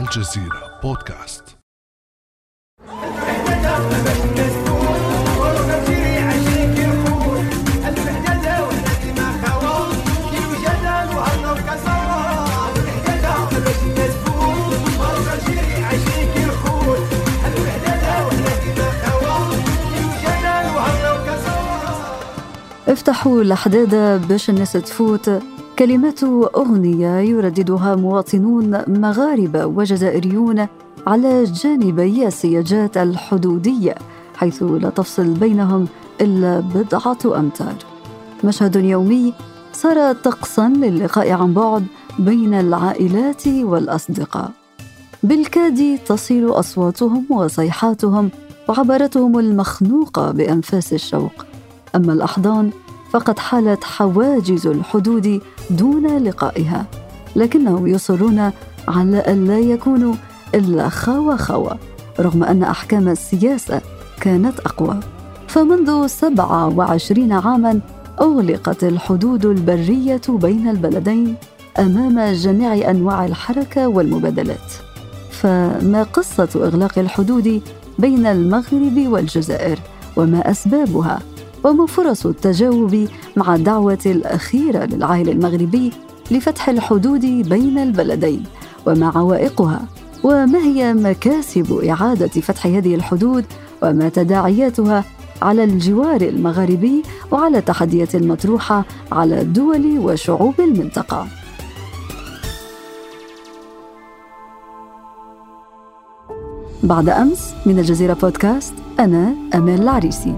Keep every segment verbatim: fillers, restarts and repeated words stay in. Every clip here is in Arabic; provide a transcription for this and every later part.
الجزيرة بودكاست. افتحوا الأحداد باش الناس تفوت، كلمات أغنية يرددها مواطنون مغاربة وجزائريون على جانبي السياجات الحدودية، حيث لا تفصل بينهم إلا بضعة أمتار. مشهد يومي صار طقساً للقاء عن بعد بين العائلات والأصدقاء. بالكاد تصل أصواتهم وصيحاتهم وعبارتهم المخنوقة بأنفاس الشوق. أما الأحضان فقد حالت حواجز الحدود دون لقائها، لكنهم يصرون على ألا يكونوا إلا خاوة خاوة، رغم أن أحكام السياسة كانت أقوى. فمنذ سبعة وعشرين عاماً أغلقت الحدود البرية بين البلدين أمام جميع أنواع الحركة والمبادلات. فما قصة إغلاق الحدود بين المغرب والجزائر؟ وما أسبابها؟ وما فرص التجاوب مع الدعوة الأخيرة للعاهل المغربي لفتح الحدود بين البلدين؟ وما عوائقها؟ وما هي مكاسب إعادة فتح هذه الحدود؟ وما تداعياتها على الجوار المغاربي وعلى التحديات المطروحة على الدول وشعوب المنطقة؟ بعد أمس من الجزيرة بودكاست، أنا أمال العريسي.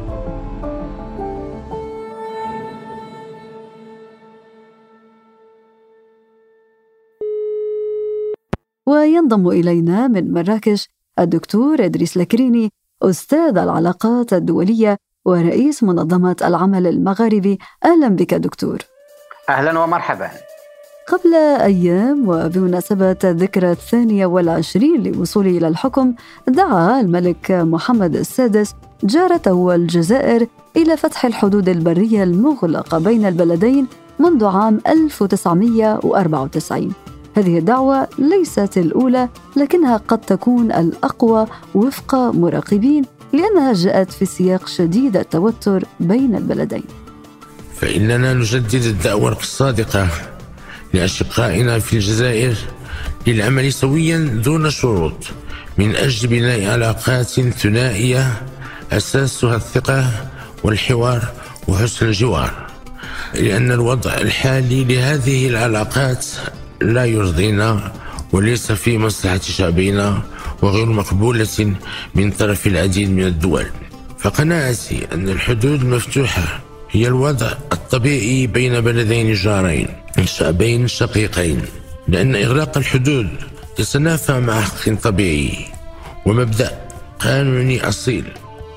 وينضم إلينا من مراكش الدكتور إدريس لكريني، أستاذ العلاقات الدولية ورئيس منظمة العمل المغاربي. أهلا بك دكتور. أهلا ومرحبا. قبل أيام وبمناسبة الذكرى الثانية والعشرين لوصوله إلى الحكم، دعا الملك محمد السادس جارته الجزائر إلى فتح الحدود البرية المغلقة بين البلدين منذ عام ألف وتسعمائة وأربعة وتسعين. هذه الدعوة ليست الأولى، لكنها قد تكون الأقوى وفق مراقبين، لأنها جاءت في سياق شديد التوتر بين البلدين. فإننا نجدد الدعوة الصادقة لأشقائنا في الجزائر للعمل سويا دون شروط من أجل بناء علاقات ثنائية أساسها الثقة والحوار وحسن الجوار، لأن الوضع الحالي لهذه العلاقات لا يرضينا وليس في مصلحة شعبنا وغير مقبولة من طرف العديد من الدول. فقناعتي أن الحدود المفتوحة هي الوضع الطبيعي بين بلدين جارين شعبين شقيقين، لأن إغلاق الحدود يتنافى مع حق طبيعي ومبدأ قانوني أصيل.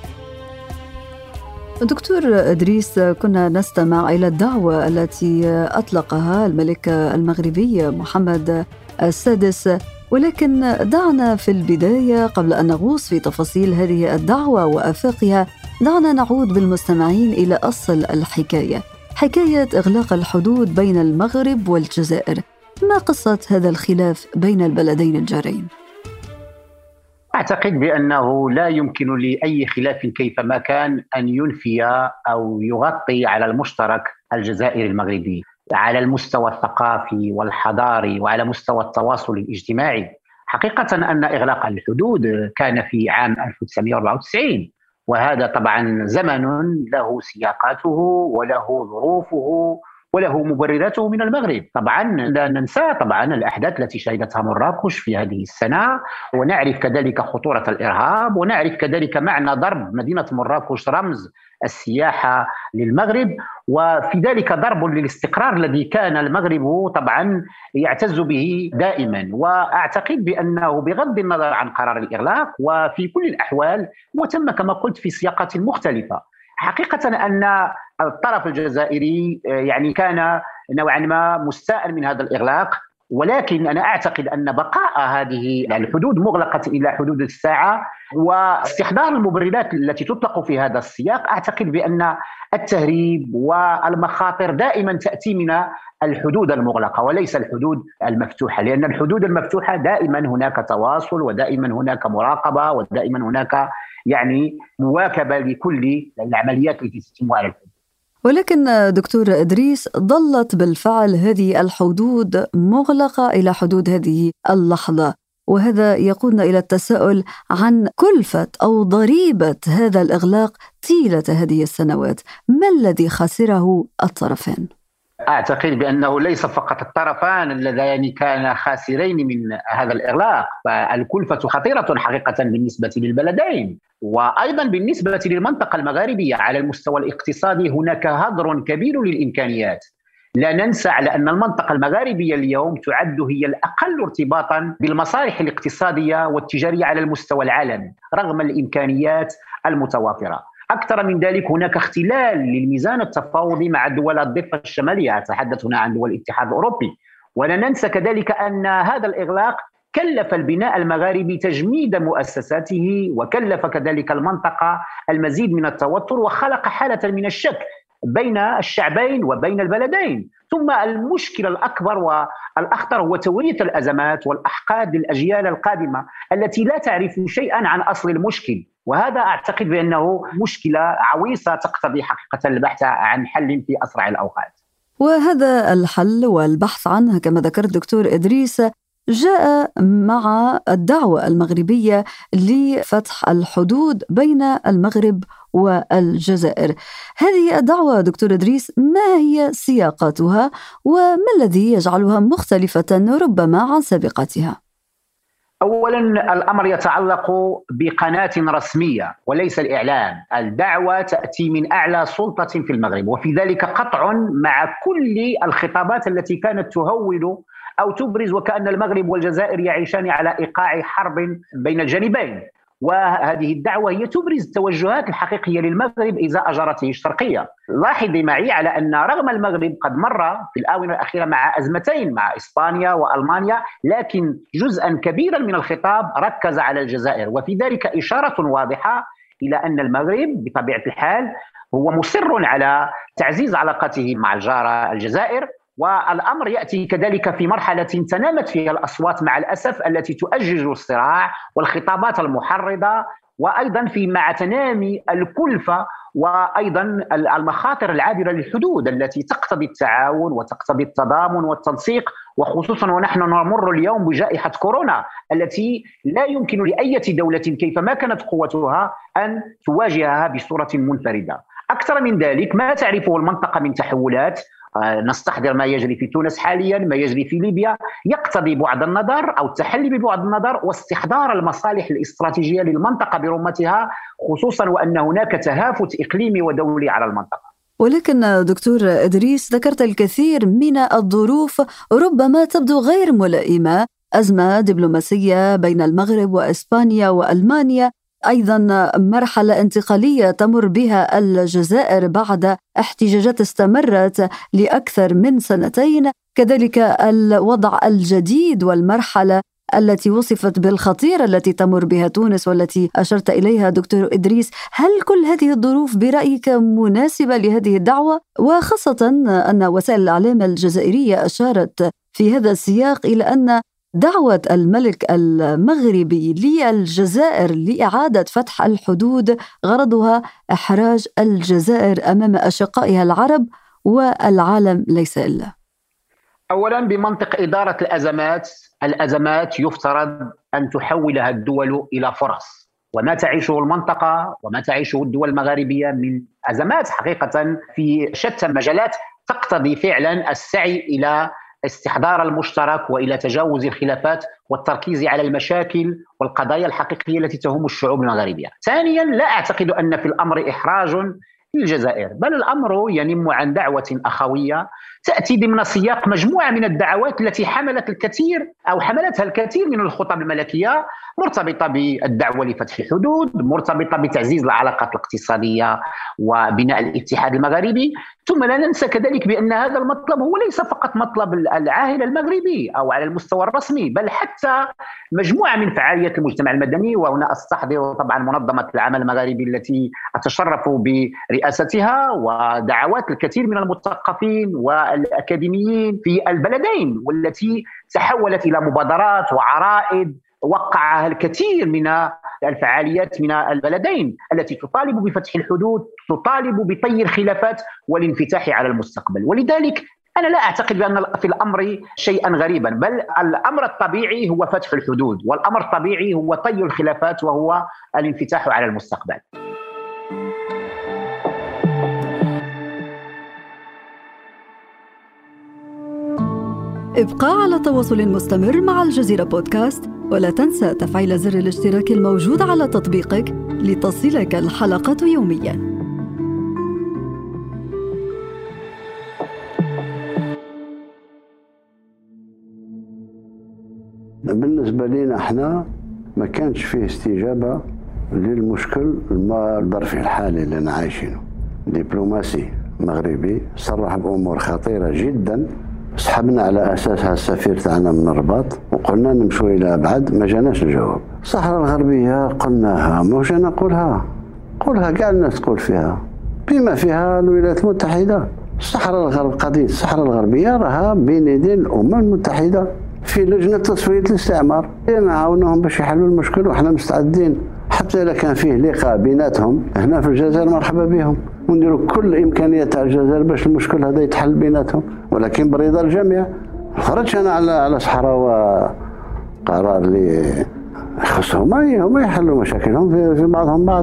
دكتور إدريس، كنا نستمع إلى الدعوة التي أطلقها الملك المغربي محمد السادس، ولكن دعنا في البداية قبل أن نغوص في تفاصيل هذه الدعوة وآفاقها، دعنا نعود بالمستمعين إلى أصل الحكاية، حكاية إغلاق الحدود بين المغرب والجزائر. ما قصة هذا الخلاف بين البلدين الجارين؟ أعتقد بأنه لا يمكن لأي خلاف كيفما كان أن ينفي أو يغطي على المشترك الجزائري المغربي على المستوى الثقافي والحضاري وعلى مستوى التواصل الاجتماعي. حقيقة أن إغلاق الحدود كان في عام ألف وتسعمائة وأربعة وتسعين، وهذا طبعا زمن له سياقاته وله ظروفه وله مبرراته من المغرب. طبعا لا ننسى طبعا الأحداث التي شهدتها مراكش في هذه السنة، ونعرف كذلك خطورة الإرهاب، ونعرف كذلك معنى ضرب مدينة مراكش رمز السياحة للمغرب، وفي ذلك ضرب للاستقرار الذي كان المغرب طبعا يعتز به دائما. وأعتقد بأنه بغض النظر عن قرار الإغلاق وفي كل الأحوال وتم كما قلت في سياقات مختلفة. حقيقة أن الطرف الجزائري يعني كان نوعا ما مستاء من هذا الإغلاق، ولكن أنا أعتقد أن بقاء هذه الحدود مغلقة إلى حدود الساعة واستحضار المبررات التي تطلق في هذا السياق، أعتقد بأن التهريب والمخاطر دائما تأتي من الحدود المغلقة وليس الحدود المفتوحة، لأن الحدود المفتوحة دائما هناك تواصل ودائما هناك مراقبة ودائما هناك يعني مواكبة لكل العمليات التي تتم على الحدود. ولكن دكتور إدريس، ظلت بالفعل هذه الحدود مغلقة إلى حدود هذه اللحظة، وهذا يقودنا إلى التساؤل عن كلفة أو ضريبة هذا الإغلاق طيلة هذه السنوات. ما الذي خسره الطرفين؟ أعتقد بأنه ليس فقط الطرفان اللذان كانا خاسرين من هذا الإغلاق، فالكلفة خطيرة حقيقة بالنسبة للبلدين وأيضا بالنسبة للمنطقة المغاربية. على المستوى الاقتصادي هناك هدر كبير للإمكانيات، لا ننسى على أن المنطقة المغاربية اليوم تعد هي الأقل ارتباطا بالمصالح الاقتصادية والتجارية على المستوى العالمي رغم الإمكانيات المتوافرة. أكثر من ذلك هناك اختلال للميزان التفاوضي مع دول الضفة الشمالية، أتحدث هنا عن دول الاتحاد الأوروبي. ولا ننسى كذلك أن هذا الإغلاق كلف البناء المغاربي تجميد مؤسساته وكلف كذلك المنطقة المزيد من التوتر وخلق حالة من الشك بين الشعبين وبين البلدين. ثم المشكلة الأكبر والأخطر هو توريث الأزمات والأحقاد للأجيال القادمة التي لا تعرف شيئا عن أصل المشكل، وهذا أعتقد بأنه مشكلة عويصة تقتضي حقيقة البحث عن حل في أسرع الأوقات. وهذا الحل والبحث عنه كما ذكرت دكتور إدريس جاء مع الدعوة المغربية لفتح الحدود بين المغرب والجزائر. هذه الدعوة دكتور إدريس ما هي سياقاتها وما الذي يجعلها مختلفة ربما عن سابقتها؟ أولا الأمر يتعلق بقناة رسمية وليس الإعلام. الدعوة تأتي من أعلى سلطة في المغرب وفي ذلك قطع مع كل الخطابات التي كانت تهول أو تبرز وكأن المغرب والجزائر يعيشان على إيقاع حرب بين الجانبين. وهذه الدعوة هي تبرز التوجهات الحقيقية للمغرب إزاء جارته الشرقية. لاحظي معي على أن رغم المغرب قد مر في الآونة الأخيرة مع أزمتين مع إسبانيا وألمانيا، لكن جزءا كبيرا من الخطاب ركز على الجزائر، وفي ذلك إشارة واضحة إلى أن المغرب بطبيعة الحال هو مصر على تعزيز علاقته مع الجارة الجزائر. والأمر يأتي كذلك في مرحلة تنامت فيها الأصوات مع الأسف التي تؤجج الصراع والخطابات المحرضة، وأيضا في مع تنامي الكلفة وأيضا المخاطر العابرة للحدود التي تقتضي التعاون وتقتضي التضامن والتنسيق، وخصوصا ونحن نمر اليوم بجائحة كورونا التي لا يمكن لأي دولة كيفما كانت قوتها أن تواجهها بصورة منفردة. أكثر من ذلك ما تعرفه المنطقة من تحولات، نستحضر ما يجري في تونس حاليا، ما يجري في ليبيا، يقتضي بعد النظر أو التحلي ببعد النظر واستحضار المصالح الاستراتيجية للمنطقة برمتها، خصوصا وأن هناك تهافت إقليمي ودولي على المنطقة. ولكن دكتور إدريس ذكرت الكثير من الظروف ربما تبدو غير ملائمة، أزمة دبلوماسية بين المغرب وإسبانيا وألمانيا، أيضا مرحلة انتقالية تمر بها الجزائر بعد احتجاجات استمرت لأكثر من سنتين، كذلك الوضع الجديد والمرحلة التي وصفت بالخطيرة التي تمر بها تونس والتي أشرت إليها دكتور إدريس. هل كل هذه الظروف برأيك مناسبة لهذه الدعوة؟ وخاصة أن وسائل الإعلام الجزائرية أشارت في هذا السياق إلى أن دعوة الملك المغربي للجزائر لإعادة فتح الحدود غرضها إحراج الجزائر أمام أشقائها العرب والعالم ليس إلا. أولا بمنطق إدارة الأزمات، الأزمات يفترض أن تحولها الدول إلى فرص، وما تعيشه المنطقة وما تعيشه الدول المغاربية من أزمات حقيقة في شتى المجالات تقتضي فعلا السعي إلى استحضار المشترك وإلى تجاوز الخلافات والتركيز على المشاكل والقضايا الحقيقية التي تهم الشعوب المغاربية. ثانيا لا أعتقد أن في الأمر إحراج للجزائر، بل الأمر ينم عن دعوة أخوية تأتي ضمن سياق مجموعة من الدعوات التي حملت الكثير أو حملتها الكثير من الخطب الملكية، مرتبطة بالدعوة لفتح الحدود، مرتبطة بتعزيز العلاقات الاقتصادية وبناء الاتحاد المغربي. ثم لا ننسى كذلك بأن هذا المطلب هو ليس فقط مطلب العاهل المغربي أو على المستوى الرسمي، بل حتى مجموعة من فعاليات المجتمع المدني. وهنا أستحضر طبعا منظمة العمل المغربي التي أتشرف برئاستها، ودعوات الكثير من المثقفين والأكاديميين في البلدين، والتي تحولت إلى مبادرات وعرائض وقعها الكثير من الفعاليات من البلدين التي تطالب بفتح الحدود، تطالب بطي الخلافات والانفتاح على المستقبل. ولذلك أنا لا أعتقد بأن في الأمر شيئا غريبا، بل الأمر الطبيعي هو فتح الحدود، والأمر الطبيعي هو طي الخلافات وهو الانفتاح على المستقبل. ابقى على تواصل مستمر مع الجزيرة بودكاست، ولا تنسى تفعيل زر الاشتراك الموجود على تطبيقك لتصلك الحلقة يومياً. بالنسبة لنا احنا ما كانش فيه استجابة للمشكل الظرفي الحالي اللي عايشينه. دبلوماسي مغربي صرح بأمور خطيرة جدا، سحبنا على أساسها السفير تاعنا من الرباط وقلنا نمشوا إلى أبعد، ما جاناش الجواب. الصحراء الغربية قلناها، موش أنا نقولها قولها كاع الناس تقول فيها، بما فيها الولايات المتحدة. الصحراء الغرب قضية الصحراء الغربية راها بين يدين الأمم المتحدة في لجنة تصفية الاستعمار، نعاونوهم باش يحلوا المشكل، وحنا مستعدين حتى إذا كان فيه لقاء بيناتهم هنا في الجزائر مرحبا بهم، ونديروا كل إمكانيات تاع الجزائر باش المشكل هذا يتحل بيناتهم، ولكن برضا الجميع. خرجت أنا على على صحراء قرار اللي يخصهم هم يحلوا مشاكلهم في, في بعضهم بعض.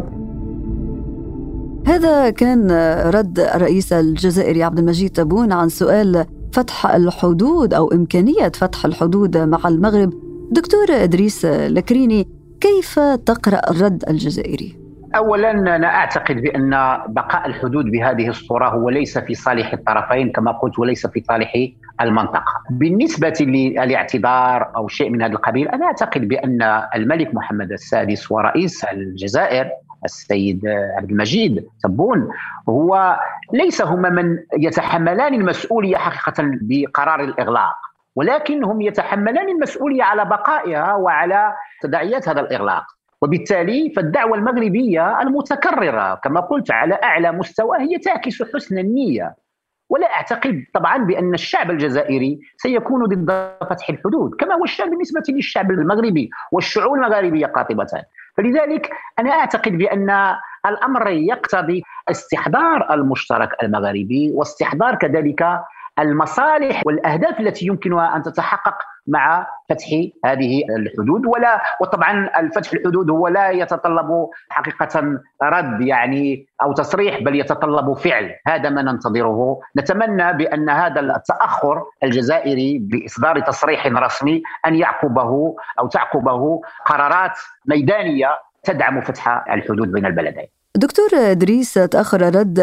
هذا كان رد الرئيس الجزائري عبد المجيد تبون عن سؤال فتح الحدود أو إمكانية فتح الحدود مع المغرب. دكتور إدريس الكريني، كيف تقرأ الرد الجزائري؟ أولا أنا أعتقد بأن بقاء الحدود بهذه الصورة هو ليس في صالح الطرفين كما قلت، وليس في صالح المنطقة. بالنسبة للاعتذار أو شيء من هذا القبيل، أنا أعتقد بأن الملك محمد السادس ورئيس الجزائر السيد عبد المجيد تبون هو ليس هما من يتحملان المسؤولية حقيقة بقرار الإغلاق، ولكن هم يتحملان المسؤولية على بقائها وعلى تداعيات هذا الإغلاق. وبالتالي فالدعوة المغربية المتكررة كما قلت على أعلى مستوى هي تعكس حسن النية، ولا أعتقد طبعا بأن الشعب الجزائري سيكون ضد فتح الحدود كما هو الشعب بالنسبة للشعب المغربي والشعوب المغاربية قاطبة. فلذلك أنا أعتقد بأن الأمر يقتضي استحضار المشترك المغربي واستحضار كذلك المصالح والأهداف التي يمكنها أن تتحقق مع فتح هذه الحدود. ولا وطبعا الفتح الحدود هو لا يتطلب حقيقة رد يعني أو تصريح، بل يتطلب فعل. هذا ما ننتظره. نتمنى بأن هذا التأخر الجزائري بإصدار تصريح رسمي أن يعقبه أو تعقبه قرارات ميدانية تدعم فتح الحدود بين البلدين. دكتور إدريس، تأخر الرد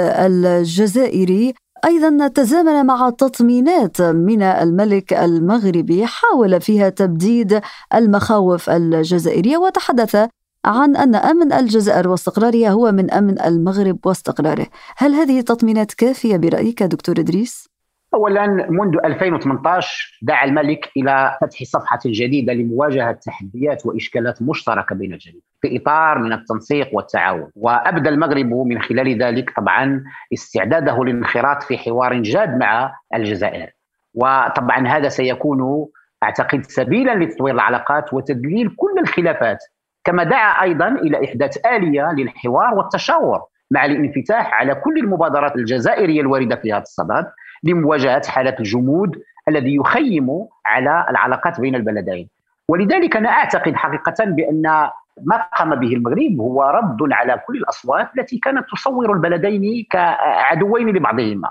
الجزائري أيضا تزامن مع تطمينات من الملك المغربي حاول فيها تبديد المخاوف الجزائرية، وتحدث عن أن أمن الجزائر واستقرارها هو من أمن المغرب واستقراره. هل هذه التطمينات كافية برأيك دكتور إدريس؟ أولا منذ ألفين وثمانية عشر دعا الملك إلى فتح صفحة جديدة لمواجهة تحديات وإشكالات مشتركة بين الجميع في إطار من التنسيق والتعاون، وأبدى المغرب من خلال ذلك طبعا استعداده للانخراط في حوار جاد مع الجزائر. وطبعا هذا سيكون أعتقد سبيلا لتطوير العلاقات وتذليل كل الخلافات، كما دعا أيضا إلى إحداث آلية للحوار والتشاور مع الانفتاح على كل المبادرات الجزائرية الواردة في هذا الصدد لمواجهة حالة الجمود الذي يخيم على العلاقات بين البلدين. ولذلك أنا أعتقد حقيقة بأن ما قام به المغرب هو رد على كل الأصوات التي كانت تصور البلدين كعدوين لبعضهما،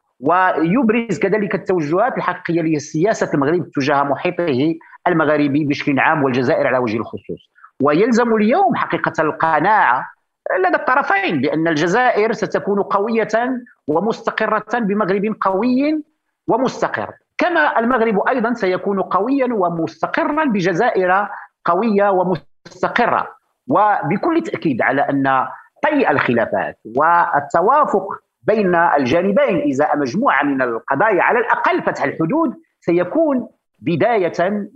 ويبرز كذلك التوجهات الحقيقية لسياسة المغرب تجاه محيطه المغاربي بشكل عام والجزائر على وجه الخصوص. ويلزم اليوم حقيقة القناعة لدى الطرفين بأن الجزائر ستكون قوية ومستقرة بمغرب قوي ومستقر، كما المغرب أيضا سيكون قويا ومستقرا بجزائر قوية ومستقرة. وبكل تأكيد على أن طي الخلافات والتوافق بين الجانبين إزاء مجموعة من القضايا، على الأقل فتح الحدود، سيكون بداية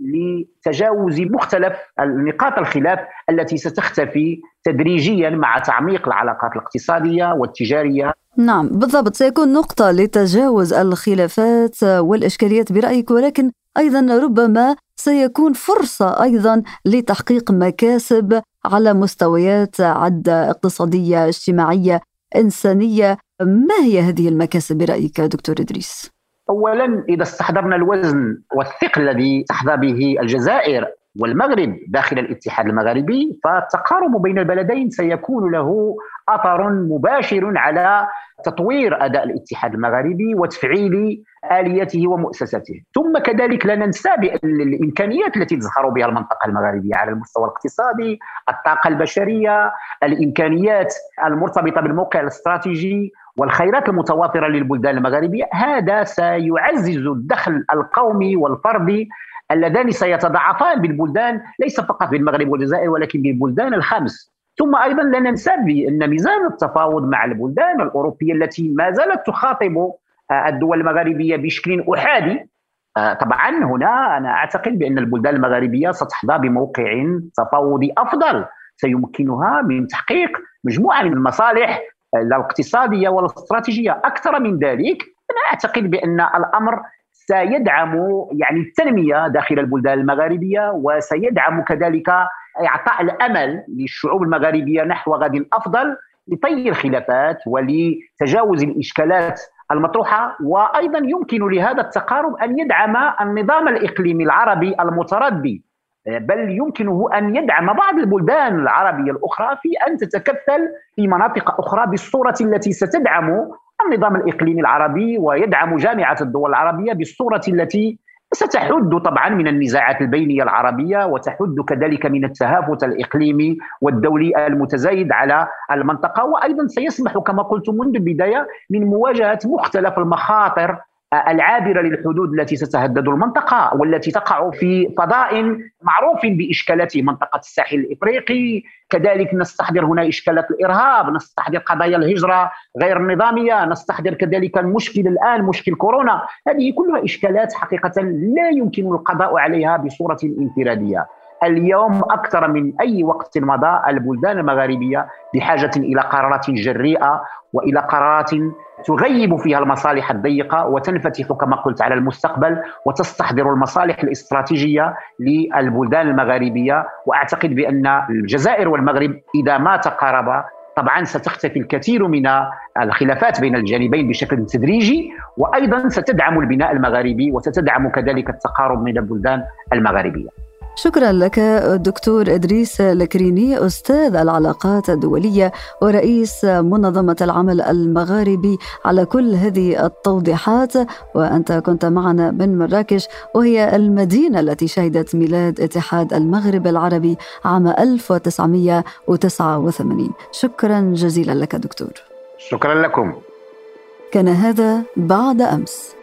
لتجاوز مختلف النقاط الخلاف التي ستختفي تدريجيا مع تعميق العلاقات الاقتصادية والتجارية. نعم بالضبط، سيكون نقطة لتجاوز الخلافات والإشكاليات برأيك، ولكن أيضا ربما سيكون فرصة أيضا لتحقيق مكاسب على مستويات عدة، اقتصادية، اجتماعية، إنسانية. ما هي هذه المكاسب برأيك دكتور إدريس؟ أولا، إذا استحضرنا الوزن والثقل الذي تحظى به الجزائر والمغرب داخل الاتحاد المغاربي، فالتقارب بين البلدين سيكون له أثر مباشر على تطوير أداء الاتحاد المغاربي وتفعيل آلياته ومؤسساته. ثم كذلك لا ننسى الإمكانيات التي تزخر بها المنطقة المغاربية على المستوى الاقتصادي، الطاقة البشرية، الإمكانيات المرتبطة بالموقع الاستراتيجي والخيرات المتوافرة للبلدان المغاربية. هذا سيعزز الدخل القومي والفردي اللذان سيتضاعفان بالبلدان، ليس فقط بالمغرب والجزائر ولكن بالبلدان الخمس. ثم أيضا لا ننسى بأن ميزان التفاوض مع البلدان الأوروبية التي ما زالت تخاطب الدول المغاربية بشكل أحادي، طبعا هنا أنا أعتقد بأن البلدان المغاربية ستحظى بموقع تفاوضي أفضل سيمكنها من تحقيق مجموعة من المصالح الاقتصادية والاستراتيجية. أكثر من ذلك، أنا أعتقد بأن الأمر سيدعم يعني التنمية داخل البلدان المغاربية، وسيدعم كذلك إعطاء الأمل للشعوب المغاربية نحو غد أفضل لطي الخلافات ولتجاوز الإشكالات المطروحة. وأيضا يمكن لهذا التقارب أن يدعم النظام الإقليمي العربي المتردي، بل يمكنه أن يدعم بعض البلدان العربية الأخرى في أن تتكفل في مناطق أخرى بالصورة التي ستدعم النظام الإقليمي العربي ويدعم جامعة الدول العربية بالصورة التي ستحد طبعا من النزاعات البينية العربية، وتحد كذلك من التهافت الإقليمي والدولي المتزايد على المنطقة. وأيضا سيسمح كما قلت منذ البداية من مواجهة مختلف المخاطر العابرة للحدود التي ستهدد المنطقة والتي تقع في فضاء معروف بإشكالاته، منطقة الساحل الإفريقي. كذلك نستحضر هنا إشكالات الإرهاب، نستحضر قضايا الهجرة غير النظامية، نستحضر كذلك المشكل الآن مشكل كورونا. هذه كلها إشكالات حقيقة لا يمكن القضاء عليها بصورة انفرادية. اليوم أكثر من أي وقت مضى البلدان المغاربية بحاجة إلى قرارات جريئة وإلى قرارات تغيب فيها المصالح الضيقة وتنفتح كما قلت على المستقبل وتستحضر المصالح الاستراتيجية للبلدان المغاربية. وأعتقد بأن الجزائر والمغرب إذا ما تقاربا طبعا ستختفي الكثير من الخلافات بين الجانبين بشكل تدريجي، وأيضا ستدعم البناء المغاربي وستدعم كذلك التقارب من البلدان المغاربية. شكرا لك دكتور إدريس الكريني، أستاذ العلاقات الدولية ورئيس منظمة العمل المغاربي، على كل هذه التوضيحات. وأنت كنت معنا من مراكش، وهي المدينة التي شهدت ميلاد اتحاد المغرب العربي عام ألف وتسعمائة وتسعة وثمانين. شكرا جزيلا لك دكتور. شكرا لكم. كان هذا بعد أمس.